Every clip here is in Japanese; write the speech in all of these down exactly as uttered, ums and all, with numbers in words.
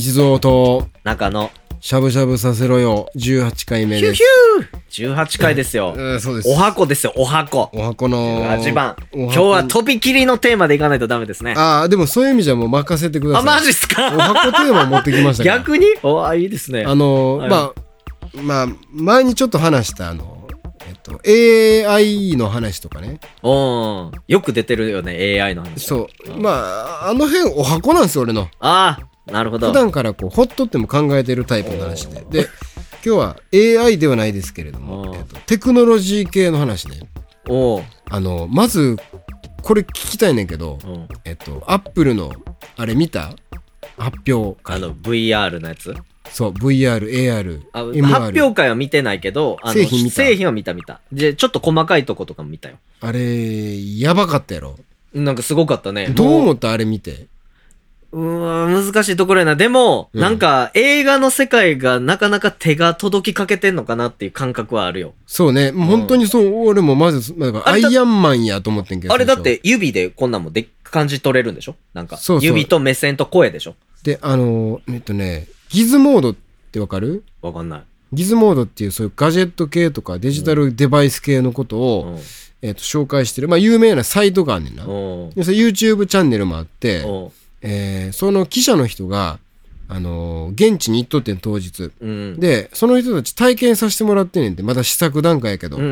日蔵と中野しゃぶしゃぶさせろよじゅうはちかいめです。 ヒューヒューじゅうはちかいですよ、 えー、そうです。 お箱ですよ、お箱。 お箱のじゅうはちばん。今日はとびきりのテーマでいかないとダメですね。 ああ、でもそういう意味じゃもう任せてください。 あ、マジっすか。 お箱テーマ持ってきましたから逆におあ、いいですね。 あのーはい、まあまあ前にちょっと話したあのえっと エーアイ の話とかね。 およく出てるよね エーアイ の話。 そう、まああの辺お箱なんですよ俺の。 ああ、なるほど。 普段からこうほっとっても考えてるタイプの話で、で今日は エーアイ ではないですけれども、えっと、テクノロジー系の話ね。 おあのまずこれ聞きたいねんけど、えっとアップルのあれ見た発表会。 あの ブイアール のやつ。 そう ブイアール、エーアール、 あエムアール。 発表会は見てないけど、あの製品見た。 製品は見た見た。でちょっと細かいとことかも見たよ。 あれやばかったやろ。 なんかすごかったね。 どう思った？あれ見て。 うーん、難しいところやな。でも、うん、なんか映画の世界がなかなか手が届きかけてんのかなっていう感覚はあるよ。 そうね、もう本当にそう、うん、俺もまずなんかアイアンマンやと思ってんけど。 あれだって指でこんなんもで感じ取れるんでしょ？なんかそうそう、 指と目線と声でしょ？ で、あのえっとねギズモードってわかる？わかんない。ギズモードっていうそういうガジェット系とかデジタルデバイス系のことを、うん、えっと紹介してるまあ有名なサイトがあんねんな。でそれ YouTube チャンネルもあって。えー、その記者の人が、あのー、現地に行っとってん当日、うん、でその人たち体験させてもらってんねんて。まだ試作段階やけど、うん、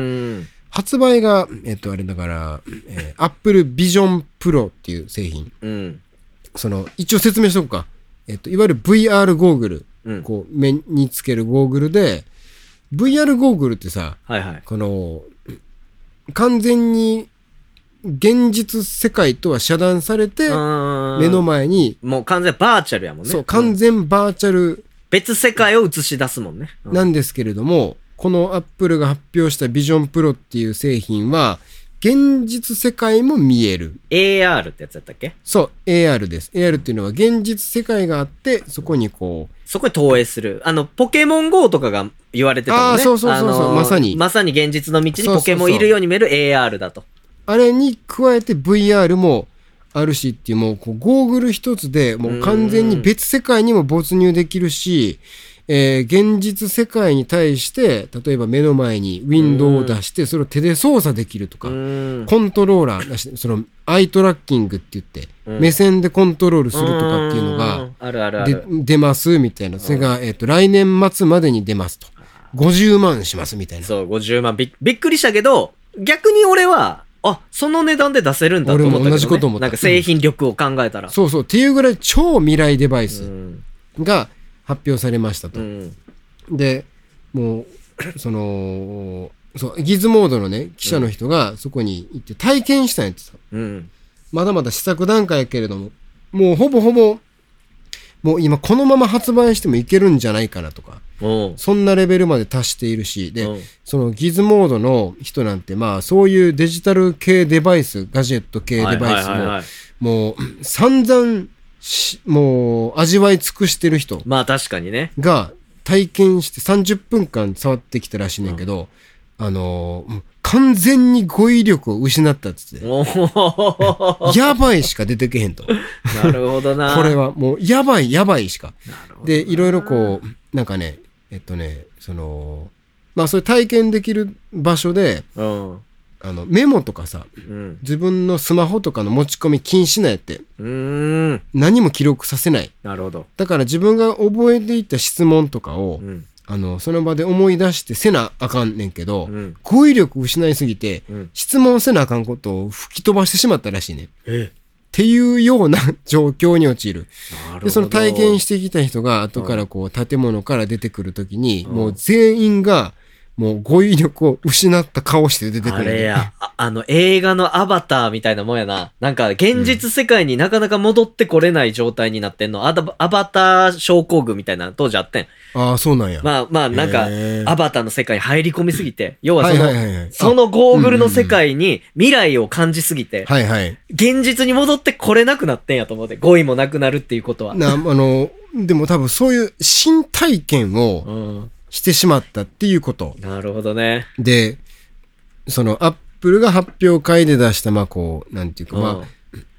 発売がえっとあれだから、えー、Apple Vision Pro っていう製品、うん、その一応説明しとくか、えっといわゆる ブイアール ゴーグル、うん、こう目につけるゴーグルで ブイアール ゴーグルってさ、はいはい、この完全に現実世界とは遮断されて目の前にもう完全バーチャルやもんね。 そう完全バーチャル、うん、 別世界を映し出すもんね、 うん、なんですけれども、このアップルが発表したビジョンプロっていう製品は現実世界も見えるエーアール ってやつだったっけ？ そう エーアール です。 エーアール っていうのは現実世界があってそこにこうそこに投影するあのポケモン ゴー とかが言われてたもんね。 あそうそうそうそう、あのー、まさにまさに現実の道にポケモンいるように見える エーアール だと。 あれに加えて ブイアール もあるしっていう、もうこうゴーグル一つでもう完全に別世界にも没入できるし、えー、現実世界に対して例えば目の前にウィンドウを出してそれを手で操作できるとか、コントローラー出してそのアイトラッキングって言って目線でコントロールするとかっていうのがあるあるある出ますみたいな。それが、えーと、来年末までに出ますと、ごじゅうまんしますみたいな。 そうごじゅうまん び, びっくりしたけど、逆に俺はあ、その値段で出せるんだと思ったけど、ね、 俺も同じこと思った。 なんか製品力を考えたら、 うん、そうそうっていうぐらい超未来デバイスが発表されましたと、うん、でもうそのそうギズモードのね記者の人がそこに行って体験したんやってさ、うん、まだまだ試作段階やけれどももうほぼほぼもう今このまま発売してもいけるんじゃないかなとか、そんなレベルまで達しているし、でそのギズモードの人なんてまあそういうデジタル系デバイスガジェット系デバイスももう散々もう味わい尽くしてる人まあ確かにねが体験してさんじゅっぷんかん触ってきたらしいねんけど、うん、あのー、完全に語彙力を失ったっつってやばいしか出てけへんと。 なるほどな。 これはもうやばいやばいしか。でいろいろこうなんかねえっとねそのまあそれ体験できる場所で、うん、あのメモとかさ、うん、自分のスマホとかの持ち込み禁止なんやって。うーん何も記録させない。 なるほど。 だから自分が覚えていった質問とかを、うん、あのその場で思い出してせなあかんねんけど、うん、語彙力失いすぎて、うん、質問せなあかんことを吹き飛ばしてしまったらしいね。えっていうような状況に陥る。でその体験してきた人が後からこう建物から出てくるときに、うん、もう全員がもう語彙力を失った顔して出てくる。 あれや、あ, あの映画のアバターみたいなもんやな。なんか現実世界になかなか戻ってこれない状態になってんの。アバ、アバター症候群みたいな当時あってん。 ああ、そうなんや。 まあまあなんかアバターの世界に入り込みすぎて、要はその、はいはいはいはい、そのゴーグルの世界に未来を感じすぎて、はいはい、現実に戻ってこれなくなってんやと思って、語彙もなくなるっていうことは。 なあのでも多分そういう新体験を、うんしてしまったっていうこと。 なるほどね。 で、そのアップルが発表会で出したまあこうなんていうか、うん、まあ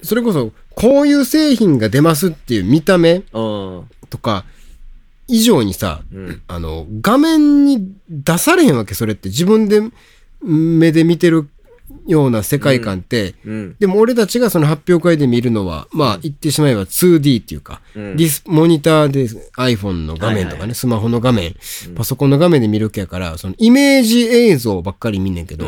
それこそこういう製品が出ますっていう見た目とか以上にさ、うん、あの画面に出されへんわけ。それって自分で目で見てるような世界観って、うんうん、でも俺たちがその発表会で見るのはまあ言ってしまえば ツーディー っていうか、うん、ディスモニターで iPhone の画面とかね、はいはい、スマホの画面、うん、パソコンの画面で見るわけやから、そのイメージ映像ばっかり見んねんけど、うん、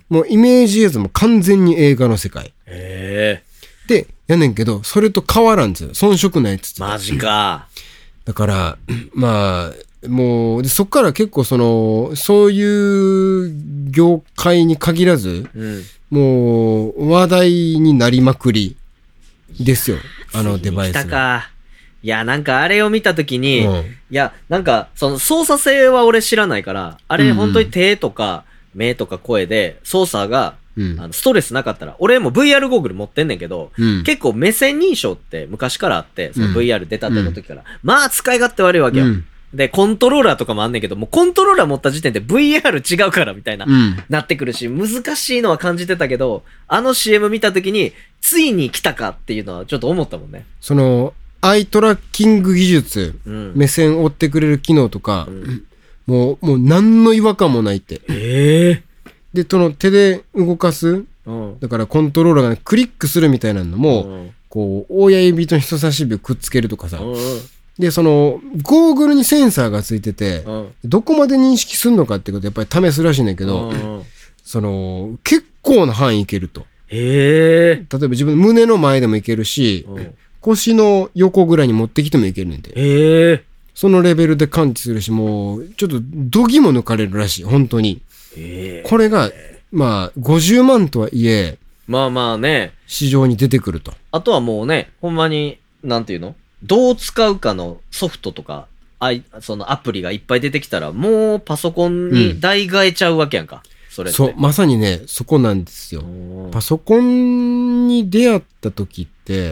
もうイメージ映像も完全に映画の世界へーでやねんけど、それと変わらんですよ。遜色ないっつって。 マジか。 だからまあもうでそっから結構そのそういう業界に限らず、うん、もう話題になりまくりですよ、あのデバイスが。来たか。 いやなんかあれを見たときに、うん、いやなんかその操作性は俺知らないから、あれ本当に手とか目とか声で操作が、うん、あのストレスなかったら、俺も ブイアール ゴーグル持ってんねんけど、うん、結構目線認証って昔からあって、その ブイアール 出たての時から、うん、まあ使い勝手悪いわけよ。うんで、コントローラーとかもあんねんけど、もうコントローラー持った時点で ブイアール 違うからみたいな、うん、なってくるし、難しいのは感じてたけど、あの シーエム 見た時に、ついに来たかっていうのはちょっと思ったもんね。 その、アイトラッキング技術、うん、目線を追ってくれる機能とか、うん、もう、もう何の違和感もないって。 えー、 で、その手で動かす、うん、だからコントローラーが、ね、クリックするみたいなのも、うん、こう、親指と人差し指をくっつけるとかさ、うんで、その、ゴーグルにセンサーがついてて、うん、どこまで認識するのかってことやっぱり試すらしいんだけど、うん、その、結構な範囲いけると。 へー。例えば自分の胸の前でもいけるし、うん、腰の横ぐらいに持ってきてもいけるんで。 へー。 そのレベルで感知するし、もう、ちょっと、度肝抜かれるらしい、本当に。 へー。 これが、まあ、ごじゅうまんとはいえ、 まあまあね。 市場に出てくると。 あとはもうね、ほんまに、なんていうのどう使うかのソフトとか、あい、そのアプリがいっぱい出てきたら、もうパソコンに代替えちゃうわけやんか。うん、それって。 そう、まさにね、そこなんですよ。パソコンに出会った時って、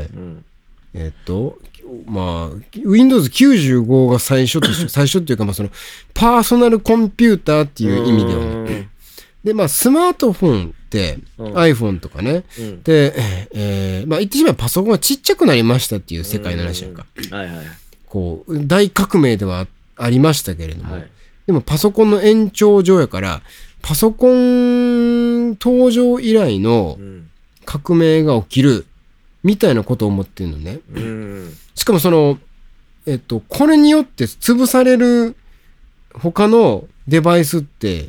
うん、えっと、まあ、ウィンドウズきゅうじゅうご が最初とし、最初っていうか、まあその、パーソナルコンピューターっていう意味ではね。で、まあ、スマートフォンって、うん、iPhone とかね、うん、で、えー、まあ言ってしまえばパソコンがちっちゃくなりましたっていう世界の話やんか。 はいはい。 こう、大革命ではありましたけれども、はい、でもパソコンの延長上やから、パソコン登場以来の革命が起きるみたいなことを思ってるのね。うん、しかもその、えっと、これによって潰される他のデバイスって、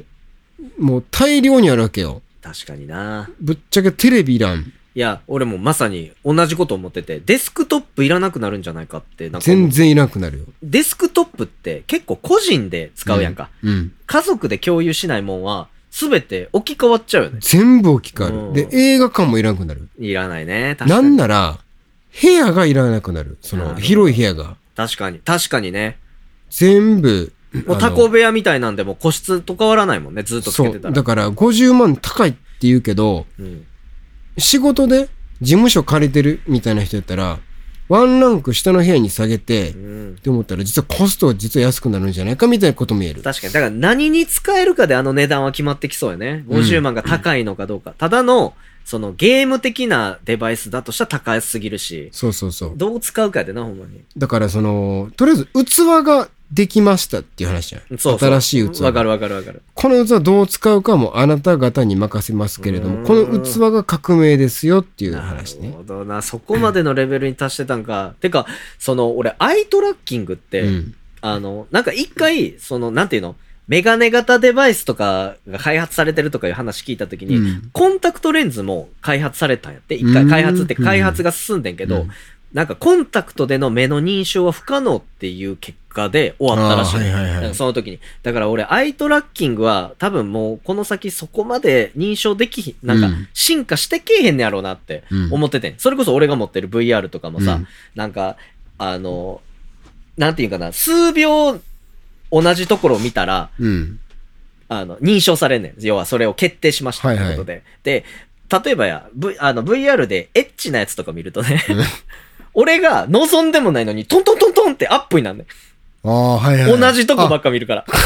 もう大量にあるわけよ。 確かにな。 ぶっちゃけテレビいらん。 いや、俺もまさに同じこと思ってて、デスクトップいらなくなるんじゃないかって。なんか全然いらなくなるよ。 デスクトップって結構個人で使うやんか。うんうん、家族で共有しないもんは、すべて置き換わっちゃうよね。 全部置き換わる。うん、で、映画館もいらなくなる。 いらないね。確かに。なんなら、部屋がいらなくなる。その、広い部屋が。 確かに。確かにね。 全部、 もうタコ部屋みたいなんでも個室と変わらないもんね、ずっとつけてたら。 そう。だからごじゅうまん高いって言うけど、うん、仕事で事務所借りてるみたいな人やったら、ワンランク下の部屋に下げて、うん、って思ったら実はコストは実は安くなるんじゃないかみたいなことも言える。 確かに。だから何に使えるかであの値段は決まってきそうよね。ごじゅうまんが高いのかどうか。うん、ただの、そのゲーム的なデバイスだとしたら高すぎるし。 そうそうそう。 どう使うかでな、ほんまに。 だからその、とりあえず器ができましたっていう話じゃん。そうそう。新しい器。 わかるわかるわかる。 この器どう使うかもあなた方に任せますけれども、この器が革命ですよっていう話ね。 なるほどな。そこまでのレベルに達してたんか。てか、その、俺、アイトラッキングって、うん、あの、なんか一回、その、なんていうのメガネ型デバイスとかが開発されてるとかいう話聞いたときに、うん、コンタクトレンズも開発されたんやって。一回開発って開発が進んでんけど、うん、なんかコンタクトでの目の認証は不可能っていう結果で終わったらしい。はいはいはい、その時に。だから俺、アイトラッキングは多分もうこの先そこまで認証できひん、なんか進化してけえへんねやろうなって思ってて、うん、それこそ俺が持ってる ブイアール とかもさ、うん、なんか、あの、なんていうかな、数秒同じところを見たら、うん、あの、認証されんねん。要はそれを決定しましたってことで。はいはい、で、例えばや、v、あの ブイアール でエッチなやつとか見るとね、俺が望んでもないのにトントントントンってアップになんねん。 ああ、はいはい。 同じとこばっか見るから。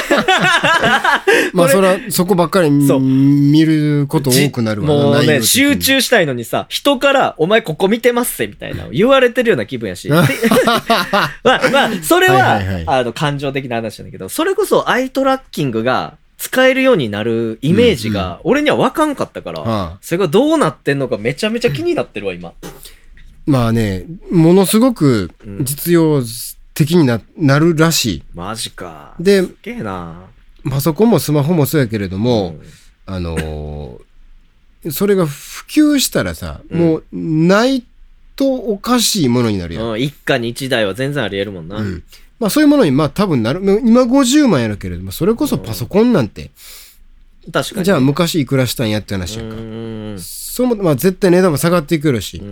まあそれはそこばっかり見ること多くなるわな。 もうね、集中したいのにさ、人からお前ここ見てますせみたいな言われてるような気分やし。まあまあ、それは、はいはいはい、あの感情的な話なんだけど、それこそアイトラッキングが使えるようになるイメージが俺には分かんかったから、うんうん、それがどうなってんのかめちゃめちゃ気になってるわ、今。 まあね、ものすごく実用的に な, なるらしい。 マジか。 で、 すげえな。 パソコンもスマホもそうやけれども、うん、あのー、それが普及したらさ、うん、もうないとおかしいものになるやん。 うん、一家に一台は全然あり得るもんな。うん、 まあそういうものにまあ多分なる。今ごじゅうまんやるけれども、それこそパソコンなんて。 うん、確かに。 じゃあ昔いくらしたんやって話やんか。うん、そうも、まあ絶対値段も下がっていくるし。うん、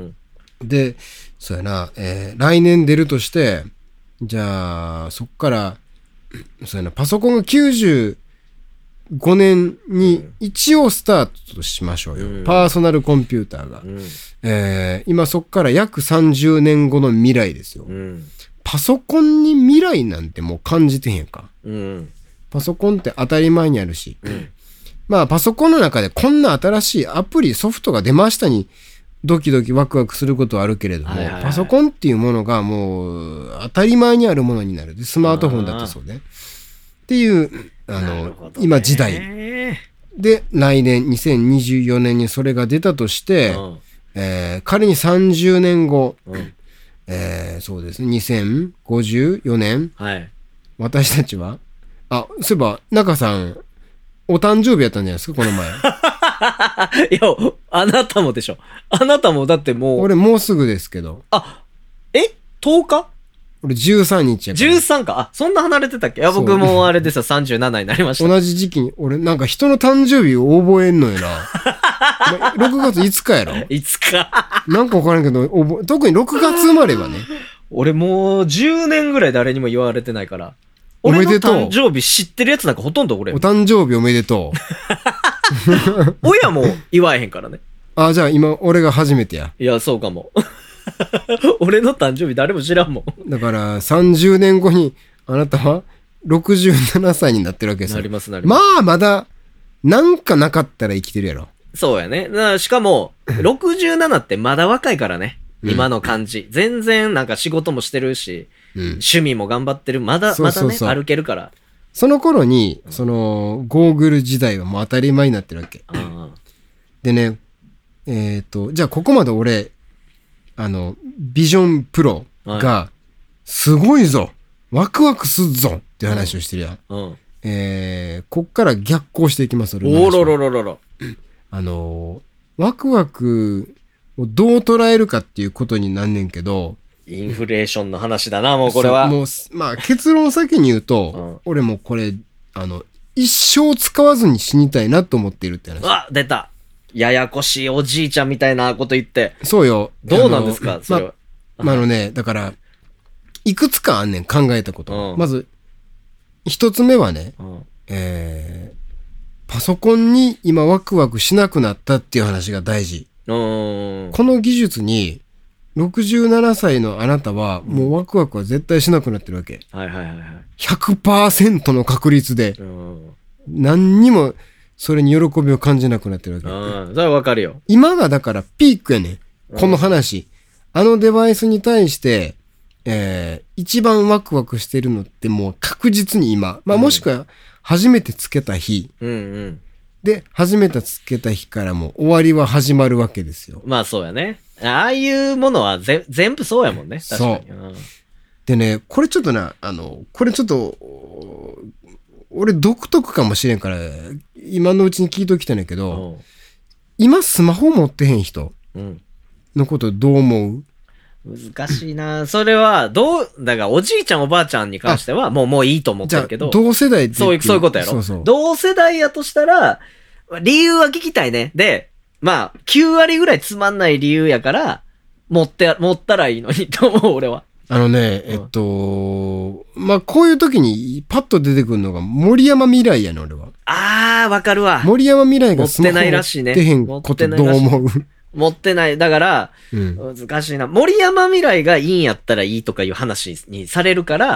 で、そうやな、えー、来年出るとして、じゃあ、そっから、そうやな、パソコンがきゅうじゅうごねんに一応スタートとしましょうよ。うん、パーソナルコンピューターが。うん、えー、今そっから約さんじゅうねんごの未来ですよ。うん、パソコンに未来なんてもう感じてへんか。うん、パソコンって当たり前にあるし。うん、まあパソコンの中でこんな新しいアプリ、ソフトが出ましたに、ドキドキワクワクすることはあるけれども、はいはいはい、パソコンっていうものがもう当たり前にあるものになる。でスマートフォンだってそうね。っていう、あの、今時代。で、来年にせんにじゅうよねんにそれが出たとして、うん、えー、仮にさんじゅうねんご、うん、えー、そうですね、にせんごじゅうよねん、はい、私たちは、あ、そういえば、中さん、お誕生日やったんじゃないですか、この前。 いや、あなたもでしょ。あなたもだってもう。 俺もうすぐですけど。 あ、え ?とおか? 俺じゅうさんにちやから。 じゅうさんか。あ、そんな離れてたっけ？いや、僕もあれですよ、さんじゅうななになりました。 同じ時期に、俺なんか人の誕生日を覚えんのよな。ろくがついつかやろ ? いつか。 なんかわからんけど、特にろくがつ生まれはね。 俺もうじゅうねんぐらい誰にも言われてないから。おめでとう。俺の誕生日知ってるやつなんかほとんど俺。 お誕生日おめでとう。親も祝えへんからね。 あ、じゃあ今俺が初めてや。 いや、そうかも。俺の誕生日誰も知らんもん。 だからさんじゅうねんごにあなたはろくじゅうななさいになってるわけですよ。 なりますなります。 まあまだなんかなかったら生きてるやろ。 そうやね。しかもろくじゅうななってまだ若いからね。今の感じ、うん、全然なんか仕事もしてるし、うん、趣味も頑張ってる。まだそうそうそう、まだね歩けるから。 その頃にそのゴーグル時代はもう当たり前になってるわけ。でね、えっとじゃあここまで俺あのビジョンプロがすごいぞ、ワクワクすっぞっていう話をしてるやん。うんうん、えー、こっから逆行していきます。 おろろろろろ。 あのワクワクをどう捉えるかっていうことになんねんけど、 インフレーションの話だな、もうこれは。 もう、まあ結論先に言うと、うん、俺もこれ、あの、一生使わずに死にたいなと思っているって話。 あ、出た。ややこしいおじいちゃんみたいなこと言って。 そうよ。 どうなんですか、それは。 ま、まあのね、だから、いくつかあんねん、考えたこと。うん、まず、一つ目はね、うん、えー、パソコンに今ワクワクしなくなったっていう話が大事。この技術にろくじゅうななさいのあなたはもうワクワクは絶対しなくなってるわけ。はいはいはいはい。ひゃくパーセント の確率で何にもそれに喜びを感じなくなってるわけ。 うん、それはわかるよ。 今がだからピークやねん。この話。あのデバイスに対して、えー、一番ワクワクしてるのってもう確実に今。まあもしくは初めてつけた日。うんうんで、初めてつけた日からも終わりは始まるわけですよ。 まあそうやね。ああいうものはぜ全部そうやもんね。確かに。そう。うん、 でね、これちょっとな、あの、これちょっと、俺独特かもしれんから、今のうちに聞いときたいんだけど、うん、今スマホ持ってへん人のことどう思う？ 難しいな。それは、どう、だからおじいちゃんおばあちゃんに関しては、もうもういいと思ってるけど。 同世代ってそういう、そういうことやろ。そうそう。同世代やとしたら、理由は聞きたいね。で、まあ、きゅうわりぐらいつまんない理由やから、持って、持ったらいいのにと思う、俺は。 あのね、えっと、うん、まあ、こういう時にパッと出てくるのが森山未来やね、俺は。 あー、わかるわ。 森山未来がスマホ持ってへんことどう思う？ 持ってない。だから、うん、難しいな。森山未来がいいんやったらいいとかいう話にされるから、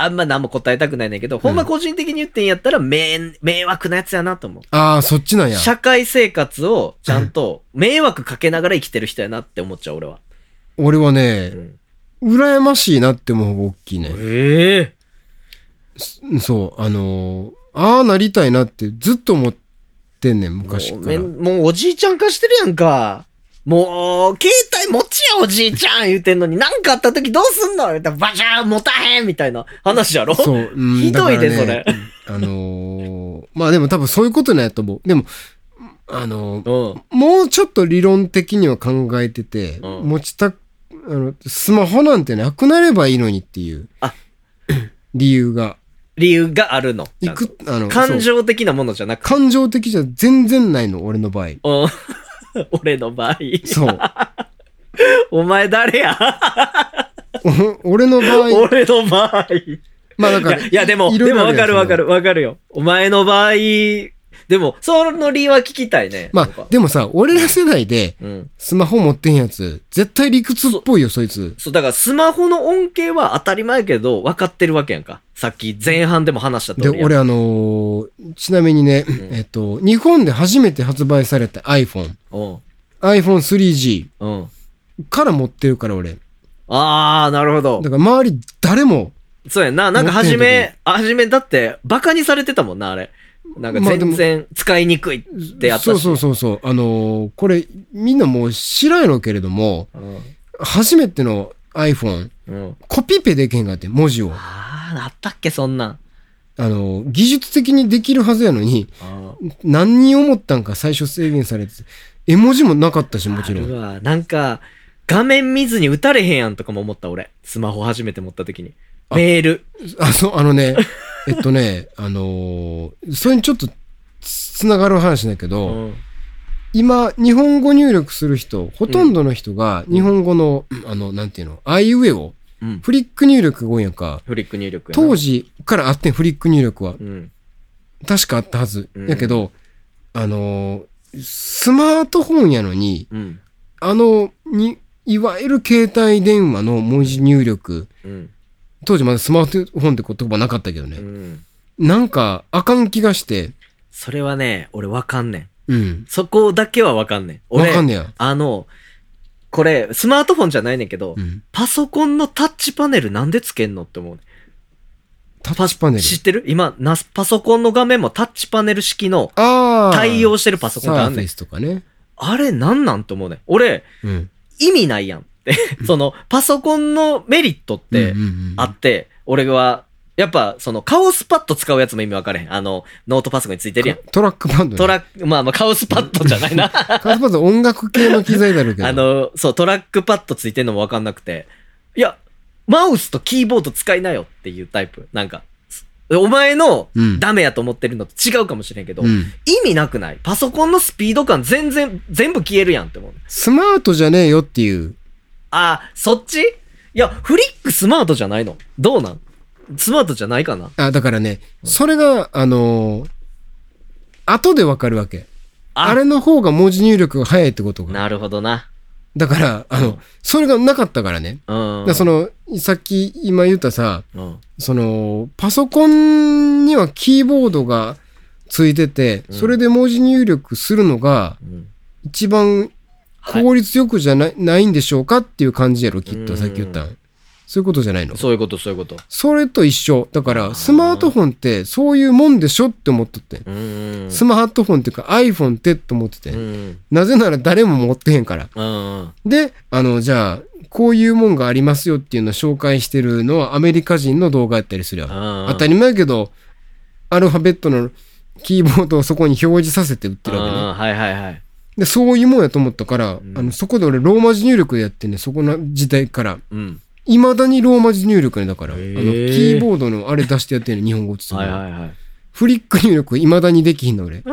あんま何も答えたくないねんけど、うん、ほんま個人的に言ってんやったら、迷、迷惑なやつやなと思う。 ああ、そっちなんや。 社会生活をちゃんと迷惑かけながら生きてる人やなって思っちゃう、俺は。 俺はね、うん、羨ましいなって思う方が大きいね。 ええー、そう、あのー、ああなりたいなってずっと思ってんねん、昔から。 もう、もうおじいちゃん化してるやんか。もう、携帯持ちやおじいちゃん言うてんのに、なんかあった時どうすんの言ったらバシャーン持たへんみたいな話やろ。そう。うん、ひどいで、ね、それ。 あのー、まあでも多分そういうことなんやと思う。でも、あのーうん、もうちょっと理論的には考えてて、うん、持ちた、あの、スマホなんてなくなればいいのにっていう。あ理由が。 理由があるの。 いく、あの、 感情的なものじゃなくて。 感情的じゃ全然ないの、俺の場合。 うん俺の場合。 そう。 お前誰や俺の場合。 俺の場合。まあだから。いや、いやでも、でもわかるわかるわかるよ。お前の場合、でも、その理由は聞きたいね。 まあ、でもさ、俺ら世代で、スマホ持ってんやつ、絶対理屈っぽいよ、そいつ。 そう、だからスマホの恩恵は当たり前やけど、分かってるわけやんか。さっき前半でも話した通り。 で、俺あのー、ちなみにね、うん、えっと、日本で初めて発売された iPhone。アイフォンスリージー から持ってるから、俺。 あー、なるほど。 だから周り誰も。 そうやな。なんか初め、初めだって、バカにされてたもんな、あれ。なんか全然使いにくいってやったし、 まあ、そうそうそうそう。あのー、これみんなもう知らんのけれども、うん、初めての iPhone、うん、コピペできへんかって文字を。 ああ、あったっけそんなん。 あのー、技術的にできるはずやのに、何人思ったんか最初制限されて、絵文字もなかったしもちろん。 うわ、なんか画面見ずに打たれへんやんとかも思った俺。スマホ初めて持った時に。メール。 あ、そう、あのね。えっとね、あのー、それにちょっとつながる話だけど、うん、今、日本語入力する人、ほとんどの人が日本語の、うん、あの、なんていうの、あいうえを、うん、フリック入力が多いやんか。 フリック入力やな。当時からあってん、フリック入力は。うん、確かあったはず。うん、やけど、あのー、スマートフォンやのに、うん、あの、に、いわゆる携帯電話の文字入力、うん当時まだスマートフォンって言葉なかったけどね。うん、なんか、あかん気がして。 それはね、俺わかんねん。うん。そこだけはわかんねん。俺、 わかんねや。 あの、これ、スマートフォンじゃないねんけど、うん、パソコンのタッチパネルなんでつけんのって思うねん。 タッチパネル知ってる今、なパソコンの画面もタッチパネル式の対応してるパソコンってあんねん。 サーフェイスとかね。 あれなんなんと思うねん。俺、うん、意味ないやん。その、パソコンのメリットってあって、俺は、やっぱ、その、カオスパッド使うやつも意味分かれへん。あの、ノートパソコンについてるやん。 トラックパッド、ね、 トラック、まあまあ、カオスパッドじゃないな。 カオスパッド音楽系の機材だろうけど。 あの、そう、トラックパッドついてるのも分かんなくて、いや、マウスとキーボード使いなよっていうタイプ。なんか、お前のダメやと思ってるのと違うかもしれんけど、うん、意味なくない？パソコンのスピード感全然、全部消えるやんって思う。 スマートじゃねえよっていう。 あ、そっち？いや、フリックスマートじゃないの？どうなん？スマートじゃないかな？ あ、だからね、それが、あのー、後でわかるわけ。あ, あれの方が文字入力が早いってことが。 なるほどな。 だから、あの、うん、それがなかったからね。うん、だその、さっき今言ったさ、うん、その、パソコンにはキーボードがついてて、うん、それで文字入力するのが、一番、効率よくじゃない、はい、ないんでしょうかっていう感じやろ、きっと、さっき言ったん。そういうことじゃないの？ そういうこと、そういうこと。 それと一緒。だから、スマートフォンってそういうもんでしょって思っとって。スマートフォンっていうか iPhone ってって思ってて。なぜなら誰も持ってへんから。で、あの、じゃあ、こういうもんがありますよっていうのを紹介してるのはアメリカ人の動画やったりするよ。当たり前やけど、アルファベットのキーボードをそこに表示させて売ってるわけね。 はいはいはい。 で、そういうもんやと思ったから、うん、あの、そこで俺ローマ字入力でやってね、そこの時代から。うん。未だにローマ字入力ね、だから。あの、キーボードのあれ出してやってんね、日本語ってはいはいはい。 フリック入力未だにできひんの、俺。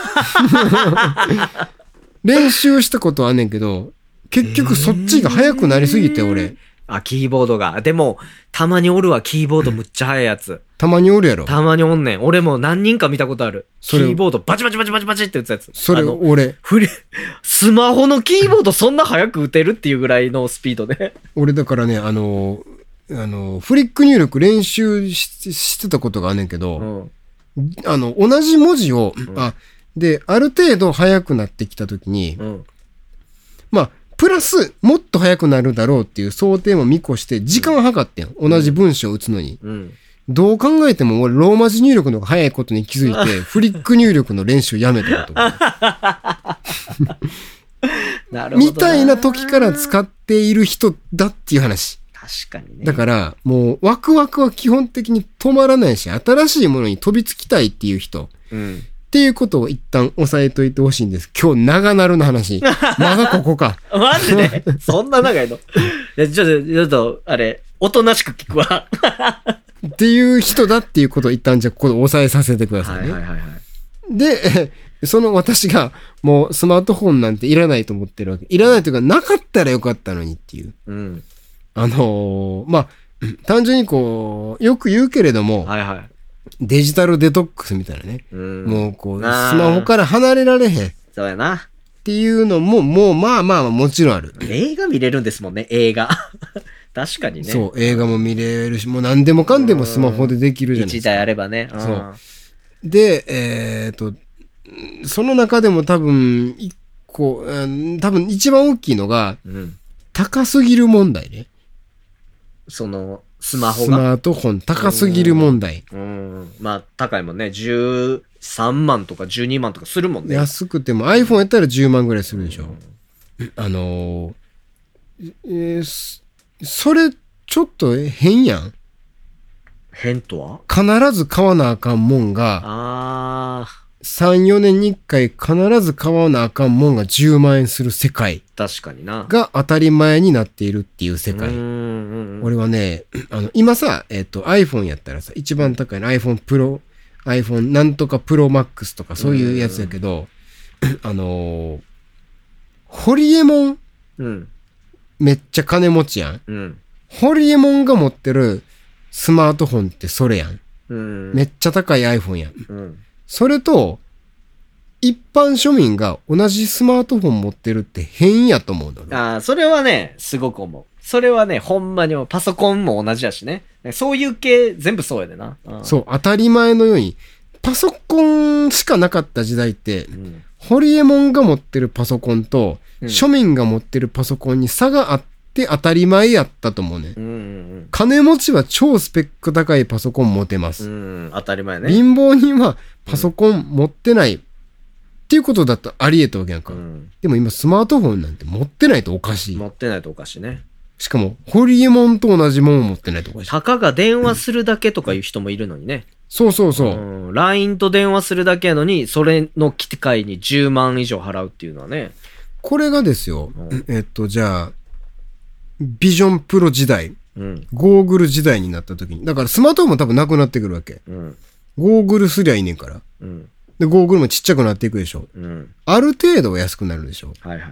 練習したことあんねんけど、結局そっちが速くなりすぎて、俺。 あ、キーボードが。でも、たまにおるわ、キーボードむっちゃ速いやつ。 たまにおるやろ。 たまにおんねん。俺も何人か見たことある。キーボードバチバチバチバチバチって打つやつ。 それ、俺。 フリ、スマホのキーボードそんな速く打てるっていうぐらいのスピードで。 俺だからね、あの、 あの、フリック入力練習 し, してたことがあんねんけど、うん、あの、同じ文字を、うん、あ、で、ある程度速くなってきたときに、うん、まあ、プラス、もっと速くなるだろうっていう想定も見越して、時間を計ってん。うん、同じ文章を打つのに。うん、どう考えても、俺、ローマ字入力の方が速いことに気づいて、フリック入力の練習やめたこと。なるほどみたいな時から使っている人だっていう話。 確かにね。 だから、もう、ワクワクは基本的に止まらないし、新しいものに飛びつきたいっていう人。うん、っていうことを一旦押さえといてほしいんです。今日、長なるの話。まだここか。 マジでそんな長いのいやちょっと、ちょっと、あれ、おとなしく聞くわ。 っていう人だっていうことを一旦じゃあここで押さえさせてくださいね。 はいはいはいはい、 で、その私がもうスマートフォンなんていらないと思ってるわけ。いらないというかなかったらよかったのにっていう。うん、あのー、まあ、単純にこう、よく言うけれども、はいはい、デジタルデトックスみたいなね。うん、もうこう、スマホから離れられへん。 そうやな。 っていうのも、もうまあまあもちろんある。 映画見れるんですもんね、映画。確かにね。 そう、映画も見れるし、もう何でもかんでもスマホでできるじゃないですか。 一台あればね。 そう。で、えっと、その中でも多分、一個、うん、多分一番大きいのが、うん、高すぎる問題ね。 その、スマホが。 スマートフォン高すぎる問題。 うん。うん、まあ、高いもんね。じゅうさんまんとかじゅうにまんとかするもんね。 安くても iPhone やったらじゅうまんぐらいするでしょ。うん、あのー、えーそれ、ちょっと変やん。 変とは？ 必ず買わなあかんもんが、あさん、よねんにいっかい必ず買わなあかんもんがじゅうまんえんする世界。 確かにな。 が当たり前になっているっていう世界。うんうんうん、俺はね、あの、今さ、えっと、iPhone やったらさ、一番高いの iPhone Pro、iPhone なんとか Pro Max とかそういうやつやけど、あのー、ホリエモン、うんめっちゃ金持ちやん。うん、ホリエモンが持ってるスマートフォンってそれやん。うん、めっちゃ高い iPhone やん。うん、それと、一般庶民が同じスマートフォン持ってるって変やと思うの。 ああ、それはね、すごく思う。それはね、ほんまにパソコンも同じやしね。そういう系全部そうやでな。 うん、そう、当たり前のように、パソコンしかなかった時代って、うん、ホリエモンが持ってるパソコンと、うん、庶民が持ってるパソコンに差があって当たり前やったと思うね。うんうんうん、金持ちは超スペック高いパソコン持てます。うん、 当たり前ね。 貧乏人はパソコン持ってない、うん、っていうことだったらあり得たわけやんか、うん。でも今スマートフォンなんて持ってないとおかしい。 持ってないとおかしいね。 しかもホリエモンと同じもんを持ってないとおかしい。 たかが電話するだけとかいう人もいるのにね。 そうそうそう。 うん、ライン と電話するだけやのに、それの機械にじゅうまん以上払うっていうのはね。 これがですよ、うん、えっと、じゃあ、ビジョンプロ時代、うん、ゴーグル時代になった時に、だからスマートフォンも多分なくなってくるわけ。うん、ゴーグルすりゃいいねんから、うん。で、ゴーグルもちっちゃくなっていくでしょ。うん、ある程度は安くなるでしょ。はいはい。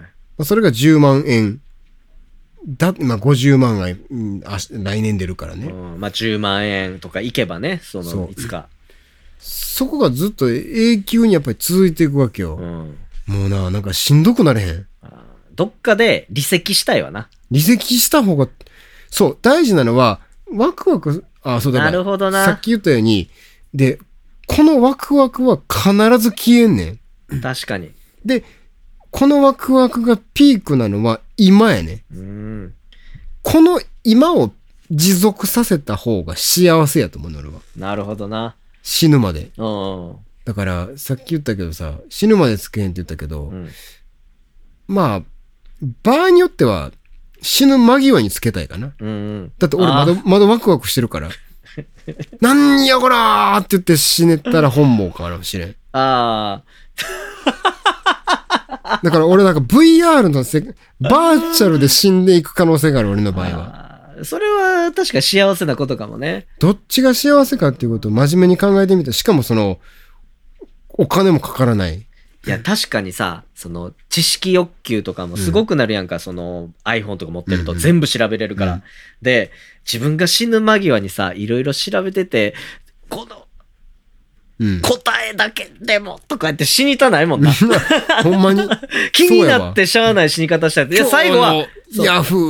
それがじゅうまんえん。だ、まあ、ごじゅうまんが、うん、あ来年出るからね。 うん、まあ、じゅうまんえんとかいけばね、その、いつか。 そこがずっと永久にやっぱり続いていくわけよ。うん、もうな、なんかしんどくなれへん。 どっかで離席したいわな。 離席した方が、そう、大事なのは、ワクワク、あ、そうだなるほどな。 さっき言ったように、で、このワクワクは必ず消えんねん。確かに。 で、このワクワクがピークなのは今やね。うん、この今を持続させた方が幸せやと思うの俺は。 なるほどな。 死ぬまで。うん、だから、さっき言ったけどさ、死ぬまでつけへんって言ったけど、うん、まあ、場合によっては死ぬ間際につけたいかな。うんうん、だって俺まだ、まだワクワクしてるから。なんやこらーって言って死ねたら本望かもしれん。ああ。だから俺なんか ブイアール のせ、バーチャルで死んでいく可能性がある俺の場合は。 それは確か幸せなことかもね。 どっちが幸せかっていうことを真面目に考えてみた。しかもその、お金もかからない。 いや、確かにさ、その、知識欲求とかもすごくなるやんか、うん、その、iPhone とか持ってると全部調べれるから。うんうん、で、自分が死ぬ間際にさ、いろいろ調べてて、この、うん、答えだけでもとか言って死にたないもんな。 ほんまに。 気になってしゃあない死に方したい。いや、最後は。 ヤフー、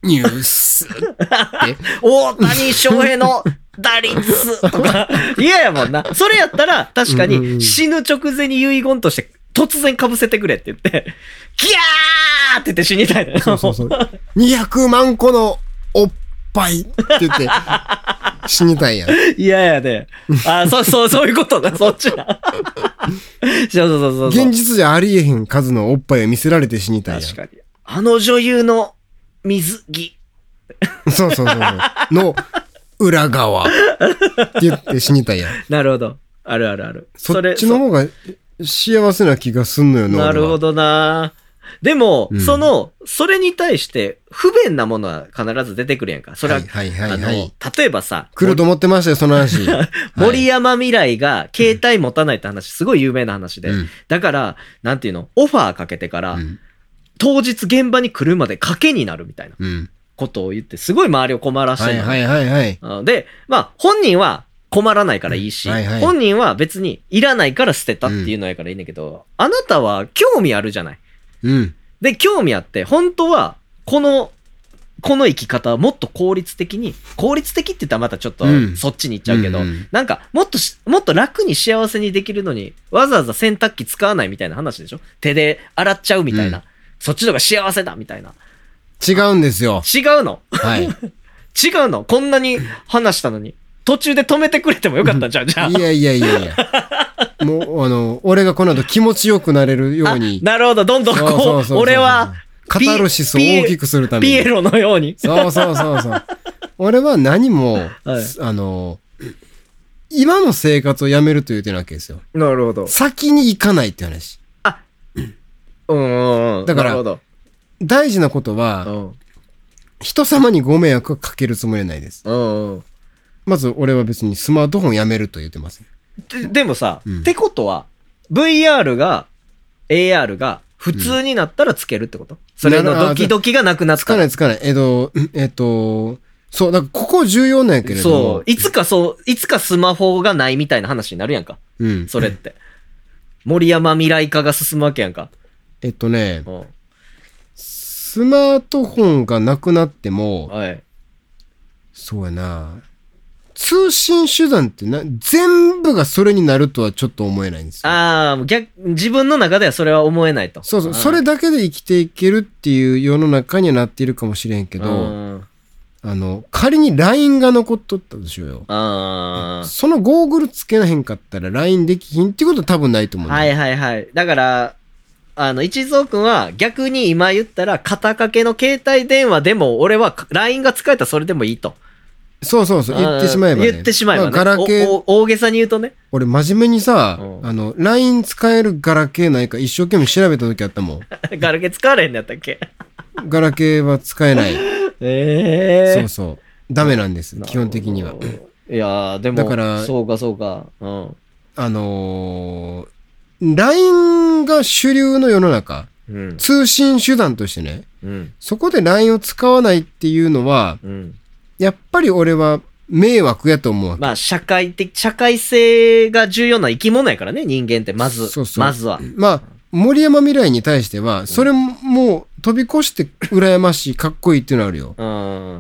ニュースって。 大谷翔平の打率とか、嫌やもんな。それやったら、確かに死ぬ直前に遺言として突然被せてくれって言って、ギャーって言って死にたいのよ。 そうそうそう。にひゃくまんこのおっぱいって言って、死にたいやん。 嫌やで。あ、そうそう、そういうことだ、そっちだ。そうそうそうそう。 現実じゃありえへん数のおっぱいを見せられて死にたいやん。 確かに。あの女優の水着。 そうそうそうそう。の裏側って言って死にたいやん。 なるほど。あるあるある。 そっちの方が幸せな気がすんのよな。 なるほどな。でも、うん、その、それに対して不便なものは必ず出てくるやんか。それは、はいはいはいはい、あの、例えばさ。 来ると思ってましたよ、その話。 森山未来が携帯持たないって話、すごい有名な話で。うん、だから、なんていうの、オファーかけてから、うん、当日現場に来るまで賭けになるみたいなことを言って、すごい周りを困らしてる、 はいはいはいはい。 で、まあ、本人は困らないからいいし、はいはい、本人は別にいらないから捨てたっていうのやからいいんだけど、うん、あなたは興味あるじゃない。 うん。 で、興味あって、本当は、この、この生き方はもっと効率的に、効率的って言ったらまたちょっとそっちに行っちゃうけど、うんうんうん、なんか、もっと、もっと楽に幸せにできるのに、わざわざ洗濯機使わないみたいな話でしょ？手で洗っちゃうみたいな。うん、そっちの方が幸せだみたいな。 違うんですよ。 違うの？ はい。 違うの？こんなに話したのに。途中で止めてくれてもよかったんじゃん、じゃあ。 いやいやいやいや。もう、あの、俺がこの後気持ちよくなれるように。 なるほど、どんどんこう、そうそうそうそう俺は、 カタルシスを大きくするために。 ピエロのように。 そうそうそうそう。俺は何も、はい、あの、今の生活をやめるという点なわけですよ。 なるほど。 先に行かないって話。 あ、うんうん。 だから、大事なことは、うん、人様にご迷惑をかけるつもりはないです。 うんうん、 まず俺は別にスマートフォンやめると言ってます。 で, でもさ、うん、ってことは ブイアール が エーアール が普通になったらつけるってこと、うん、それのドキドキがなくなったら。 つかないつかない。えっと、えっと、そう、だからここ重要なんやけれども。 そう、いつかそう、いつかスマホがないみたいな話になるやんか。 うん。 それって。森山未来化が進むわけやんか。 えっとね、うん、スマートフォンがなくなっても、 はい。 そうやな。通信手段ってな、全部がそれになるとはちょっと思えないんですよ。 ああ、逆、自分の中ではそれは思えないと。 そうそう、それだけで生きていけるっていう世の中にはなっているかもしれんけど、あの、仮に ライン が残っとったでしょうよ。 あそのゴーグルつけなへんかったら ライン できひんっていうことは多分ないと思う、ね。 はいはいはい。だから、あの、一蔵くんは逆に今言ったら、肩掛けの携帯電話でも俺は ライン が使えたらそれでもいいと。 そうそうそう、言ってしまえばね。 言ってしまえばね。 まあ、ガラケー。 大げさに言うとね。 俺真面目にさ、うん、あの、ライン 使えるガラケーないか一生懸命調べた時あったもん。 ガラケー使われへんのやったっけ？ ガラケーは使えない。 ええー。 そうそう。ダメなんです、基本的には。 いやー、でも、だから、そうかそうか。うん。 あのー、ライン が主流の世の中、うん、通信手段としてね、 うん、 そこで ライン を使わないっていうのは、 うん、 やっぱり俺は迷惑やと思う。 まあ、社会的、社会性が重要な生き物やからね、人間って、まず。そうそう。まずは。 まあ、森山未来に対しては、それも飛び越して羨ましい、かっこいいっていうのあるよ。 うん。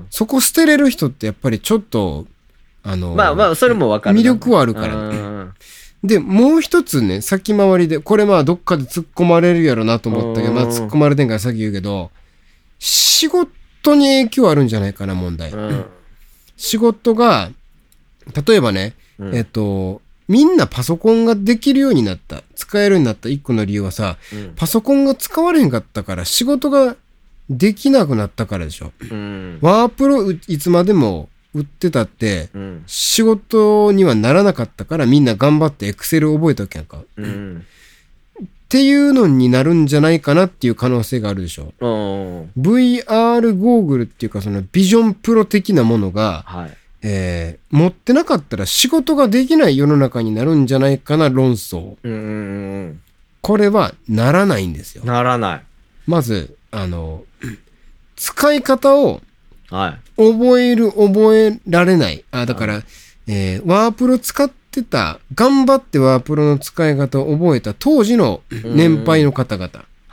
そこ捨てれる人ってやっぱりちょっと、あの、 まあまあ、それもわかる。 魅力はあるから。うん。で、もう一つね、先回りで、これまあどっかで突っ込まれるやろなと思ったけど、まあ突っ込まれてんから先言うけど、仕事に影響あるんじゃないかな、問題。 うん、 仕事が、例えばね、うん、えっと、みんなパソコンができるようになった、使えるようになった一個の理由はさ、うん、パソコンが使われへんかったから仕事ができなくなったからでしょ。 うん、 ワープロいつまでも売ってたって、 うん、 仕事にはならなかったからみんな頑張ってエクセル覚えたわけやんか、 うん、 っていうのになるんじゃないかなっていう可能性があるでしょ。ブイアール ゴーグルっていうかそのビジョンプロ的なものが、 はい、 えー、持ってなかったら仕事ができない世の中になるんじゃないかな論争、 うんうんうん、 これはならないんですよ。 ならない。 まずあの使い方をはい。 覚える、覚えられない。あ、だから、えー、ワープロ使ってた、頑張ってワープロの使い方を覚えた当時の年配の方々。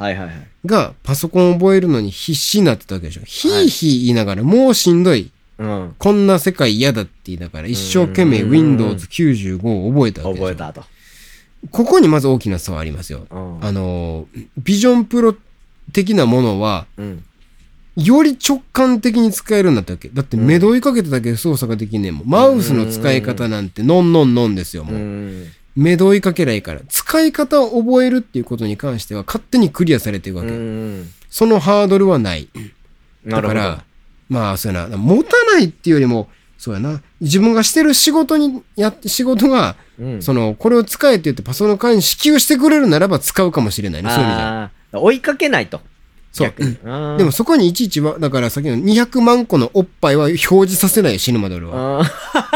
はいはいはい。 がパソコンを覚えるのに必死になってたわけでしょ。ひーひー言いながら、もうしんどい。うん、こんな世界嫌だって言いながら、一生懸命 ウィンドウズきゅうじゅうご を覚えたわけでしょ。覚えたと。ここにまず大きな差はありますよ。うん、あの、ビジョンプロ的なものは、うん、より直感的に使えるんだったっけ。だって目どいかけただけで操作ができんねんもん。マウスの使い方なんてノンノンノンですよ、もう。う目どいかけないから。使い方を覚えるっていうことに関しては勝手にクリアされてるわけ。そのハードルはない。だから、まあ、そうやな。持たないっていうよりも、そうやな。自分がしてる仕事に、やって、仕事が、うん、その、これを使えって言ってパソコンの代わりに支給してくれるならば使うかもしれないね。そういう意味じゃ。 追いかけないと。 そう。でもそこにいちいちは、だからさっきのにひゃくまんこのおっぱいは表示させないよ、死ぬまで俺は。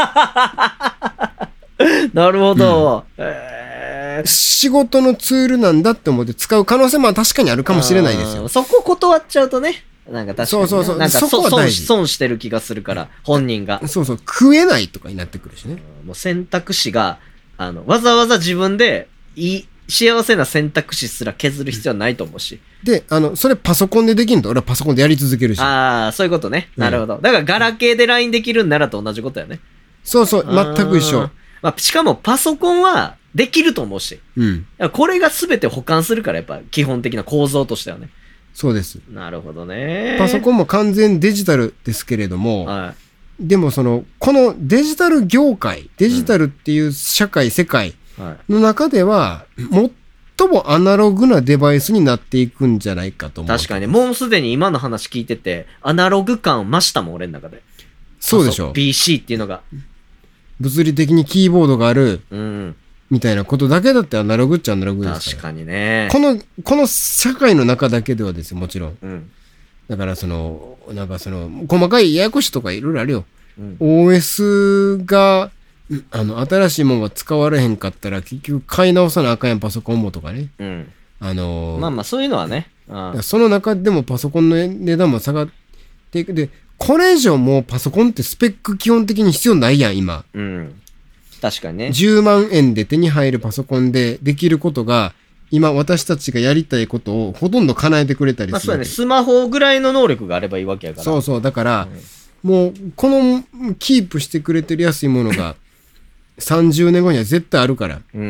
なるほど、うんえー。仕事のツールなんだって思って使う可能性も確かにあるかもしれないですよ。 そこ断っちゃうとね。なんか確かに、ね、 そうそうそう。 なんかそこは大事。損してる気がするから、本人が。 そうそう。食えないとかになってくるしね。 もう選択肢が、あの、わざわざ自分で、いい、幸せな選択肢すら削る必要はないと思うし。 で、あの、それパソコンでできると俺はパソコンでやり続けるし。 ああ、そういうことね。なるほど。うん、だからガラケーで ライン できるんならと同じことやね。 そうそう。全く一緒。 まあ、しかもパソコンはできると思うし。うん。これが全て保管するからやっぱ基本的な構造としてはね。 そうです。 なるほどね。 パソコンも完全デジタルですけれども、はい、でもその、このデジタル業界、デジタルっていう社会、うん、世界の中では、最もアナログなデバイスになっていくんじゃないかと思う。 確かに、もうすでに今の話聞いてて、アナログ感増したもん、俺の中で。 そうでしょ。 そうそう ピーシー っていうのが。 物理的にキーボードがある。うん。みたいなことだけだってアナログっちゃアナログですから。 確かにね。 この、この社会の中だけではですよ、もちろん。うん。だからその、なんかその、細かいややこしとかいろいろあるよ。うん、オーエス が、あの、新しいものが使われへんかったら結局買い直さなあかんやん、パソコンもとかね。うん。あのー、 まあまあそういうのはね。 ああその中でもパソコンの値段も下がっていく。で、これ以上もうパソコンってスペック基本的に必要ないやん、今。うん。 確かにね。 じゅうまんえんで手に入るパソコンでできることが、今私たちがやりたいことをほとんど叶えてくれたりする。まあそうだね。スマホぐらいの能力があればいいわけやから。 そうそう。だから、うん、もう、このキープしてくれてる安いものが、さんじゅうねんごには絶対あるから。うんうんうん。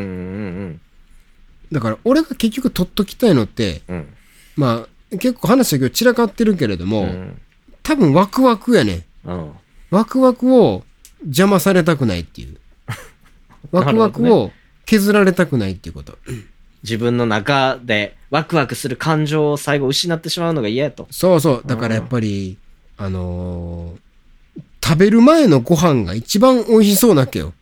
だから、俺が結局取っときたいのって、うん、まあ、結構話だけど散らかってるけれども、うん、多分ワクワクやね、うん。ワクワクを邪魔されたくないっていう。ワクワクを削られたくないっていうこと。 自分の中でワクワクする感情を最後失ってしまうのが嫌やと。 そうそう。だからやっぱり、うん、あのー、食べる前のご飯が一番美味しそうなわけよ。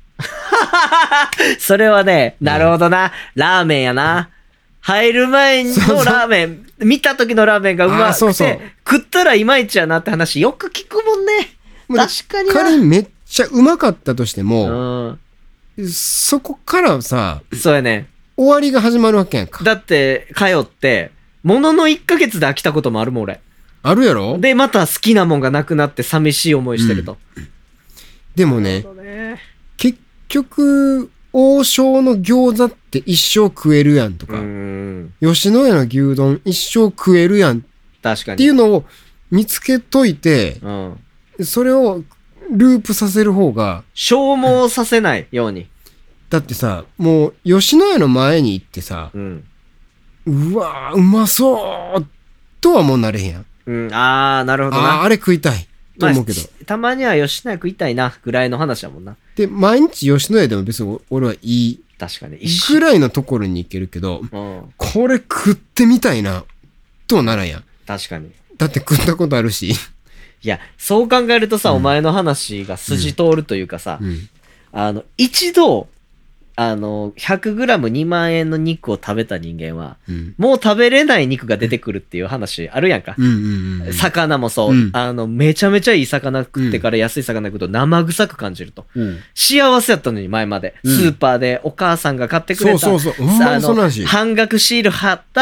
それはね、なるほどな。ラーメンやな。入る前のラーメン、そうそう見た時のラーメンがうまくて、そうそう食ったらいまいちやなって話よく聞くもんね。確かにな。 仮にめっちゃうまかったとしても、うん、そこからさ、 そうやね。 終わりが始まるわけやんか。 だって、通って、もののいっかげつで飽きたこともあるもん、俺。 あるやろ？ で、また好きなもんがなくなって寂しい思いしてると。 うん、でもね、ね結局、王将の餃子って一生食えるやんとか、吉野家の牛丼一生食えるやん。 確かに。 っていうのを見つけといて、うん、それをループさせる方が。 消耗させないように。 だってさ、もう吉野家の前に行ってさ、うん、うわーうまそうとはもうなれへんやん。 うん、あーなるほどな。 ああれ食いたいと思うけど、まあ、たまには吉野家食いたいなぐらいの話だもんな。 で毎日吉野家でも別に俺はいい確かにぐらいのところに行けるけど、うん、これ食ってみたいなとはならんやん。 確かに。 だって食ったことあるし。いやそう考えるとさ、うん、お前の話が筋通るというかさ、うんうん、あの一度あの ひゃくグラムにまんえんの肉を食べた人間は、うん、もう食べれない肉が出てくるっていう話あるやんか、うんうんうん、魚もそう、うん、あのめちゃめちゃいい魚食ってから安い魚食うと生臭く感じると、うん、幸せやったのに前まで、うん、スーパーでお母さんが買ってくれた、 そうそうそう、ほんまにその話、 半額シール貼った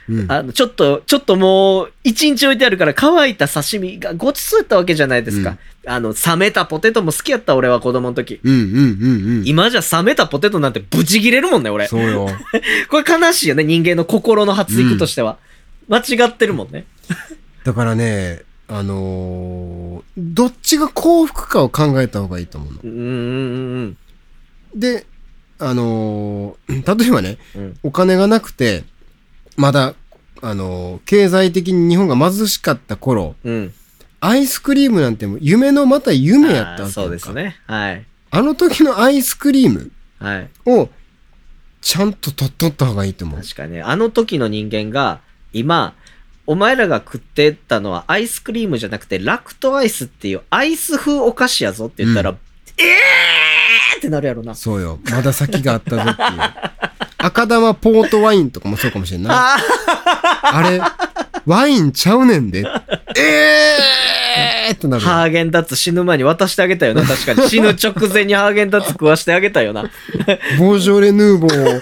うん、あのちょっとちょっともう一日置いてあるから乾いた刺身がごちそうやったわけじゃないですか、うん、あの冷めたポテトも好きやった俺は子供の時、 うんうんうんうん、 今じゃ冷めたポテトなんてブチ切れるもんね俺。 そうよこれ悲しいよね、人間の心の発育としては、うん、間違ってるもんねだからね、あのー、どっちが幸福かを考えた方がいいと思うの。うんうんうん、で、あのー、例えばね、うん、お金がなくてまだ、あのー、経済的に日本が貧しかった頃、うん、アイスクリームなんても夢のまた夢やったわけ。 そうですね。はい。 あの時のアイスクリームをちゃんと取っとった方がいいと思う。 確かにね、あの時の人間が今お前らが食ってたのはアイスクリームじゃなくてラクトアイスっていうアイス風お菓子やぞって言ったら、うん、えーってなるやろな。 そうよ。まだ先があったぞっていう。赤玉ポートワインとかもそうかもしれんな。あれ、ワインちゃうねんで。えーってなる。 ハーゲンダッツ死ぬ前に渡してあげたよな。確かに。死ぬ直前にハーゲンダッツ食わしてあげたよな。 ボージョレ・ヌーボー。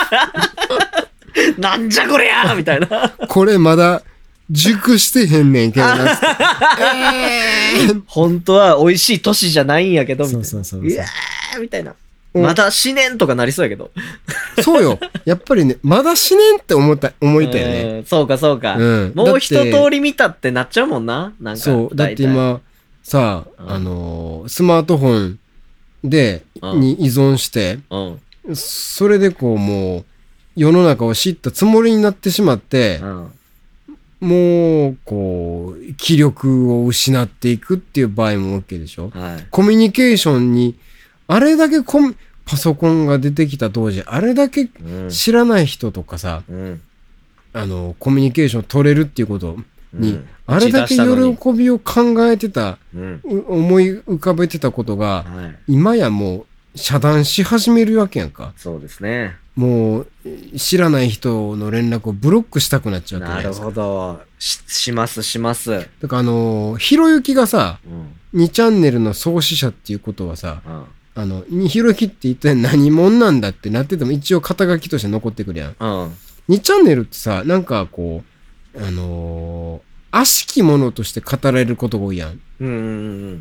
なんじゃこりゃーみたいな。 これまだ熟してへんねんけどな。 えー、本当は美味しい年じゃないんやけど、みたいな。そうそうそうそう。いやーみたいな。まだ死ねんとかなりそうやけど。 そうよ。やっぱりね、まだ死ねんって思った、思いたよね。 うそうかそうか。うん、もう一通り見たってなっちゃうもんな。なんか。 そう。だって今、さあ、あのー、スマートフォンで、に依存して、うん、それでこうもう、世の中を知ったつもりになってしまって、うん、もう、こう、気力を失っていくっていう場合も OK でしょ、はい、コミュニケーションに、あれだけコミパソコンが出てきた当時、あれだけ知らない人とかさ、うん、あの、コミュニケーション取れるっていうことに、うん、あれだけ喜びを考えてた、うん、思い浮かべてたことが、はい、今やもう遮断し始めるわけやんか。 そうですね。 もう知らない人の連絡をブロックしたくなっちゃうわけじゃないですか。 なるほど。し、しますします。だからあの、ひろゆきがさ、うん、にチャンネルの創始者っていうことはさ、うんあの、ひろゆきって一体何者なんだってなってても一応肩書きとして残ってくるやん。うん。にチャンネルってさ、なんかこう、あのー、悪しきものとして語られることが多いやん。うんうんうん。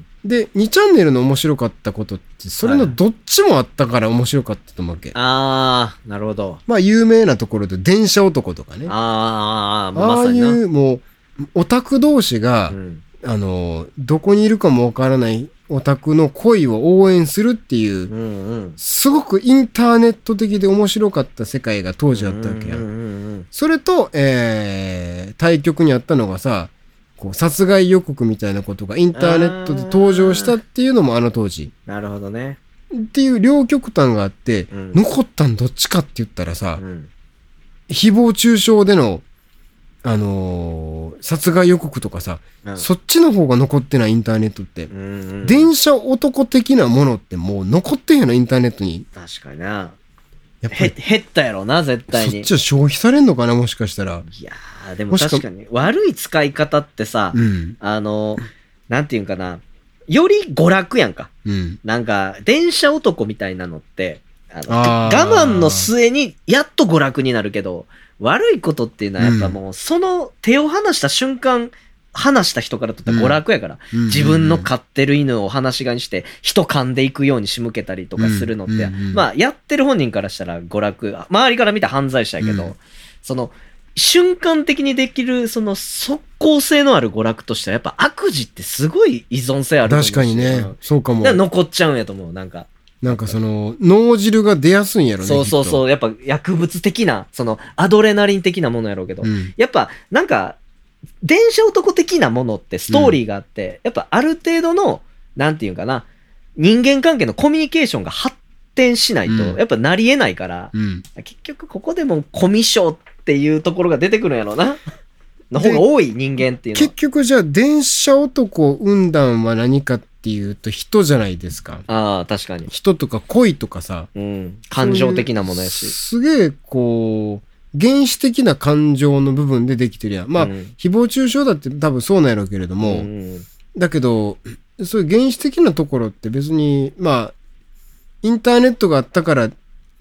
で、にチャンネルの面白かったことって、それのどっちもあったから面白かったと思うわけ。はい、 あー、なるほど。 まあ有名なところで電車男とかね。 あー、 ああいうもう、オタク同士が、うん、あのー、どこにいるかもわからないオタクの恋を応援するっていう、うんうん、すごくインターネット的で面白かった世界が当時あったわけやん。うんうんうん、それと、えー、対極にあったのがさ、こう殺害予告みたいなことがインターネットで登場したっていうのもあの当時。 なるほどね。 っていう両極端があって、うん、残ったんどっちかって言ったらさ、うん、誹謗中傷でのあのー、殺害予告とかさ、うん、そっちの方が残ってないインターネットって、うんうん、電車男的なものってもう残ってへんのインターネットに。 確かにな。やっぱり減ったやろな絶対に。 そっちは消費されんのかなもしかしたら。 いやーでも確かに悪い使い方ってさ、うん、あのなんていうんかな、より娯楽やんか。うん、なんか電車男みたいなのってあのあ我慢の末にやっと娯楽になるけど。悪いことっていうのはやっぱもうその手を離した瞬間離した人からとって娯楽やから、うん、自分の飼ってる犬を放し飼いにして人噛んでいくように仕向けたりとかするのって、うん、まあやってる本人からしたら娯楽、周りから見たら犯罪者やけど、うん、その瞬間的にできるその即効性のある娯楽としてはやっぱ悪事ってすごい依存性あると思うし。 確かにね、そうかも。 残っちゃうんやと思う。なんかなんかその脳汁が出やすいんやろね。 そうそうそう。やっぱ薬物的なそのアドレナリン的なものやろうけど、うん、やっぱなんか電車男的なものってストーリーがあって、うん、やっぱある程度のなんていうかな人間関係のコミュニケーションが発展しないと、うん、やっぱなり得ないから、うん、結局ここでもコミュ障っていうところが出てくるんやろうな。の方が多い人間っていうのは。 結局じゃあ電車男を生んだんは何かっていうと人じゃないですか。 ああ、確かに。 人とか恋とかさ。 うん。感情的なものやし。 すげえ、こう、原始的な感情の部分でできてるやん。まあ、うん、誹謗中傷だって多分そうなんやろうけれども、うん、だけど、そういう原始的なところって別に、まあ、インターネットがあったから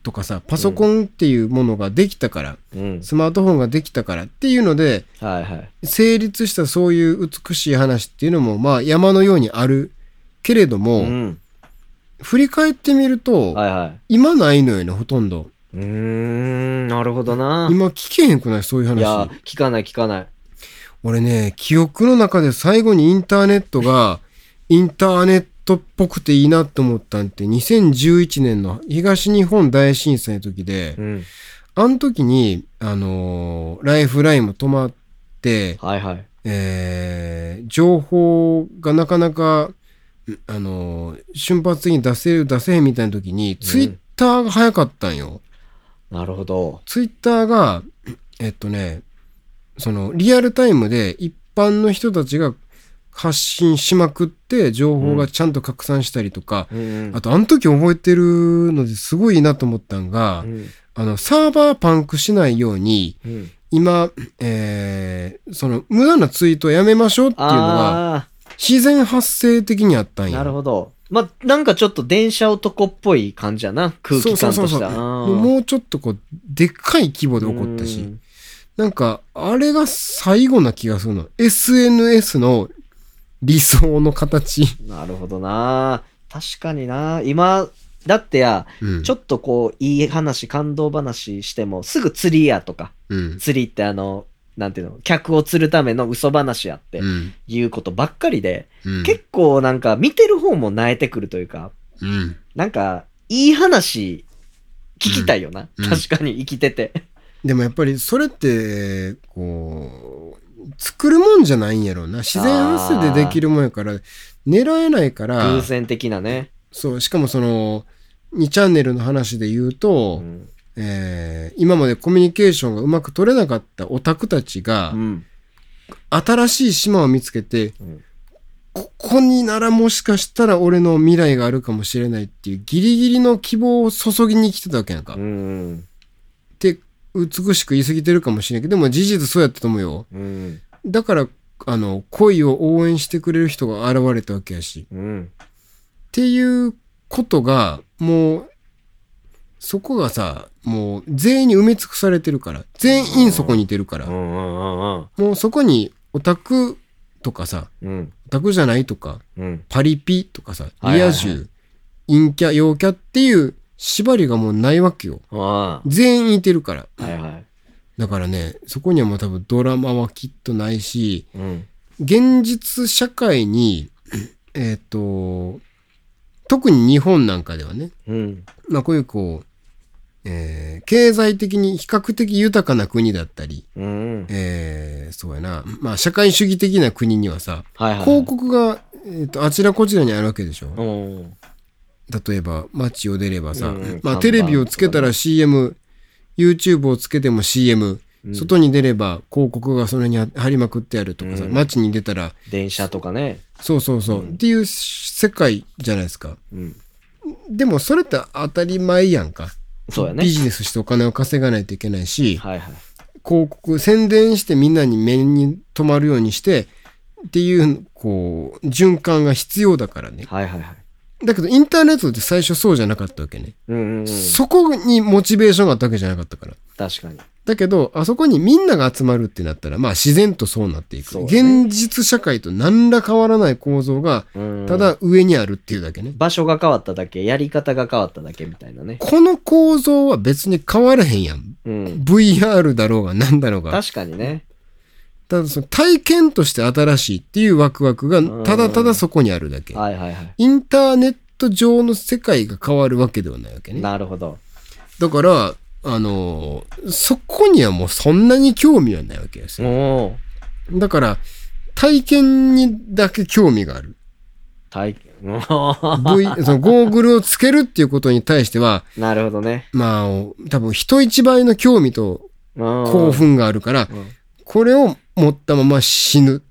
とかさ、パソコンっていうものができたから、うん、スマートフォンができたからっていうので、はいはい、成立したそういう美しい話っていうのもまあ山のようにあるけれども、うん、振り返ってみると、はいはい、今ないのよね、ほとんど。 うーん、なるほどな。 今聞けへんくない？そういう話。いや、 聞かない聞かない。 俺ね、記憶の中で最後にインターネットがインターネットっぽくていいなと思ったんってにせんじゅういちねんの東日本大震災の時で、うん、あの時に、あのー、ライフラインも止まって、はいはい、えー、情報がなかなか、あのー、瞬発的に出せる出せへんみたいな時に、うん、ツイッターが早かったんよ。 なるほど。 ツイッターが、えっとね、そのリアルタイムで一般の人たちが発信しまくって情報がちゃんと拡散したりとか、うん、あとあの時覚えてるのですごいいいなと思ったのが、うん、あのサーバーパンクしないように、うん、今、えー、その無駄なツイートをやめましょうっていうのが自然発生的にあったんや。 なるほど。まあ、なんかちょっと電車男っぽい感じやな、空気感としては。そうそうそうそう。 もうちょっとこうでっかい規模で起こったし、なんかあれが最後な気がするの。エスエヌエス の理想の形。 なるほどな。確かにな。今だってや、うん、ちょっとこういい話、感動話してもすぐ釣りやとか、うん、釣りってあのなんていうの、客を釣るための嘘話やっていうことばっかりで、うん、結構なんか見てる方も萎えてくるというか、うん、なんかいい話聞きたいよな、うん、確かに生きてて。 でもやっぱりそれってこう作るもんじゃないんやろうな。自然発生でできるもんやから狙えないから。 偶然的なね。 そう、しかもそのにチャンネルの話で言うと、うん、えー、今までコミュニケーションがうまく取れなかったオタクたちが、うん、新しい島を見つけて、うん、ここにならもしかしたら俺の未来があるかもしれないっていうギリギリの希望を注ぎに来てたわけやんか。うん、で美しく言い過ぎてるかもしれないけど、でも事実そうやったと思うよ。うん、だからあの恋を応援してくれる人が現れたわけやし、うん、っていうことがもうそこがさ、もう全員に埋め尽くされてるから、全員そこにいてるから、もうそこにオタクとかさ、うん、オタクじゃないとか、うん、パリピとかさ、リア充、陰キャ、陽キャっていう縛りがもうないわけよ。全員いてるから、はいはい。だからね、そこにはもう多分ドラマはきっとないし、うん、現実社会に、えっと、特に日本なんかではね、うん、まあこういうこう、えー、経済的に比較的豊かな国だったり、うん、えー、そうやな、まあ社会主義的な国にはさ、はいはいはい、広告が、えーと、あちらこちらにあるわけでしょ。うん、例えば街を出ればさ、うん、まあテレビをつけたら シーエム、YouTube をつけても シーエム、うん、外に出れば広告がそれに貼りまくってあるとかさ、うん、街に出たら電車とかね、 そうそうそう、うん、っていう世界じゃないですか、うん、でもそれって当たり前やんか。そうやね、ビジネスしてお金を稼がないといけないし、はいはい、広告宣伝してみんなに目に留まるようにしてっていうこう循環が必要だからね、はいはいはい、だけどインターネットって最初そうじゃなかったわけね、うんうんうん、そこにモチベーションがあったわけじゃなかったから。 確かに。 だけどあそこにみんなが集まるってなったらまあ自然とそうなっていく、ね、現実社会と何ら変わらない構造がただ上にあるっていうだけね。 場所が変わっただけ、やり方が変わっただけみたいなね。 この構造は別に変わらへんやん、うん、ブイアール だろうが何だろうが。 確かにね。 ただその体験として新しいっていうワクワクがただただそこにあるだけ、はいはいはい、インターネット上の世界が変わるわけではないわけね。 なるほど。 だからあのー、そこにはもうそんなに興味はないわけですよ。だから体験にだけ興味がある。 体験v、 そのゴーグルをつけるっていうことに対しては、 なるほどね。 まあ多分人一倍の興味と興奮があるから、これを持ったまま死ぬ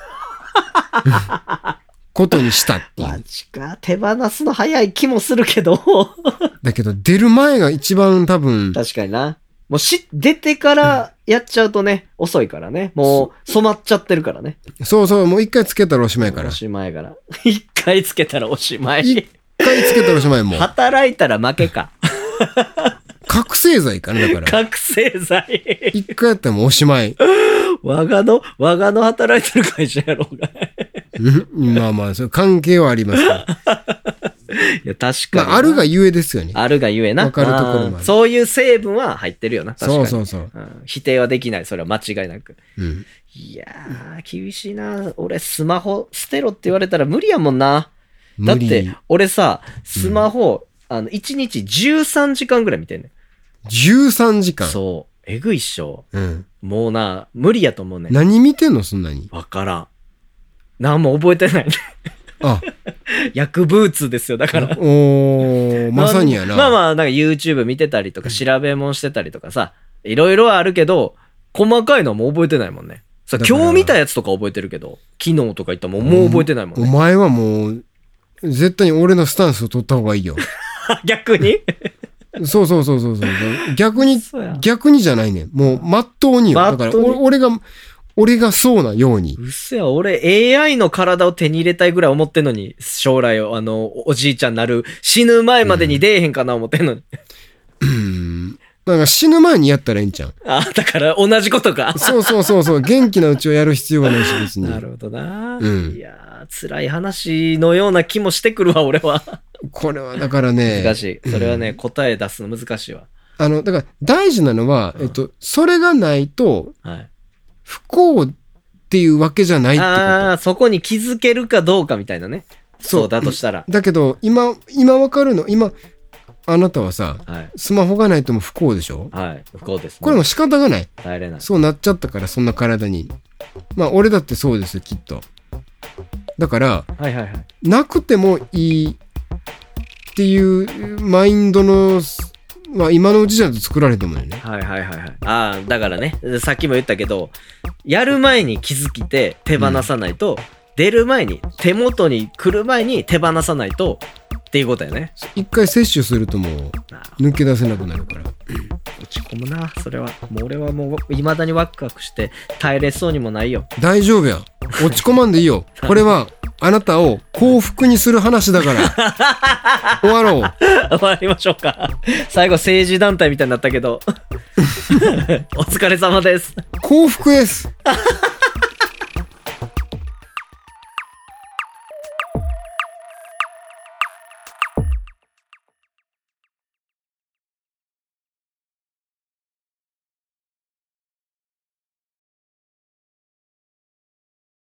ことにしたっていう。 マジか、手放すの早い気もするけどだけど出る前が一番多分。 確かにな。もうし出てからやっちゃうとね、うん、遅いからね。もう染まっちゃってるからね。 そうそう、もう一回つけたらおしまいから。 おしまいから。一回つけたらおしまい。 一回つけたらおしまいもう。 働いたら負けか。 覚醒剤かな、だから。 覚醒剤。 一回やったらもうおしまい。 我がの、我がの働いてる会社やろうが。 まあまあ、それ関係はありますから。 いや、確かに。 まあ、あるがゆえですよね。 あるがゆえな。 わかるところもある。 そういう成分は入ってるよな。確かに。 そうそうそう、 うん。否定はできない。それは間違いなく。 うん、 いやー、厳しいな。俺、スマホ捨てろって言われたら無理やもんな。だって、俺さ、スマホ、うん、あの、いちにちじゅうさんじかんぐらい見てんねん。 じゅうさんじかん。 そう。えぐいっしょ。 うん。 もうな、無理やと思うね。 何見てんのそんなに。 わからん。何も覚えてない。 あ。 薬ブーツですよ、だから。 おー、まさにやな。 まあまあ、なんか YouTube 見てたりとか、調べ物してたりとかさ、いろいろあるけど、細かいのはもう覚えてないもんね。さ、今日見たやつとか覚えてるけど、昨日とか言ったらもうもう覚えてないもんね。 お前はもう、絶対に俺のスタンスを取った方がいいよ。 逆にそうそうそうそうそう。逆に、逆にじゃないねん。もう、まっとうによ。だから、俺が、俺がそうなように。 うっせや、俺 エーアイ の体を手に入れたいぐらい思ってんのに、将来、あの、おじいちゃんなる、死ぬ前までに出えへんかな思ってんのに。 うん。だから死ぬ前にやったらいいんちゃう。 あ、だから同じことか。 そうそうそうそう。元気なうちをやる必要がないし、別に。 なるほどな。 うん。 いやー、辛い話のような気もしてくるわ、俺は。 これはだからね。 難しい。それはね、うん、答え出すの難しいわ。 あの、だから大事なのは、うん、えっと、それがないと、はい、不幸っていうわけじゃないってこと。ああ、そこに気づけるかどうかみたいなね。そう、そうだとしたら。 だけど、今、今わかるの、今、あなたはさ、はい、スマホがないとも不幸でしょ。 はい、不幸ですね。 これも仕方がない。 耐えれない。 そうなっちゃったから、そんな体に。まあ、俺だってそうですよ、きっと。だから、 はいはいはい、 なくてもいいっていうマインドの、まあ、今のうちじゃ作られてもよね。 はいはいはいはい。ああ、だからね、さっきも言ったけど、やる前に気づきて手放さないと、うん、出る前に、手元に来る前に手放さないと、っていうことやね。 一回摂取するともう抜け出せなくなるから。 落ち込むな、それは。もう俺はもう未だにワクワクして耐えれそうにもないよ。 大丈夫や。落ち込まんでいいよ。これはあなたを幸福にする話だから。終わろう。 終わりましょうか。最後政治団体みたいになったけど。お疲れ様です。 幸福です。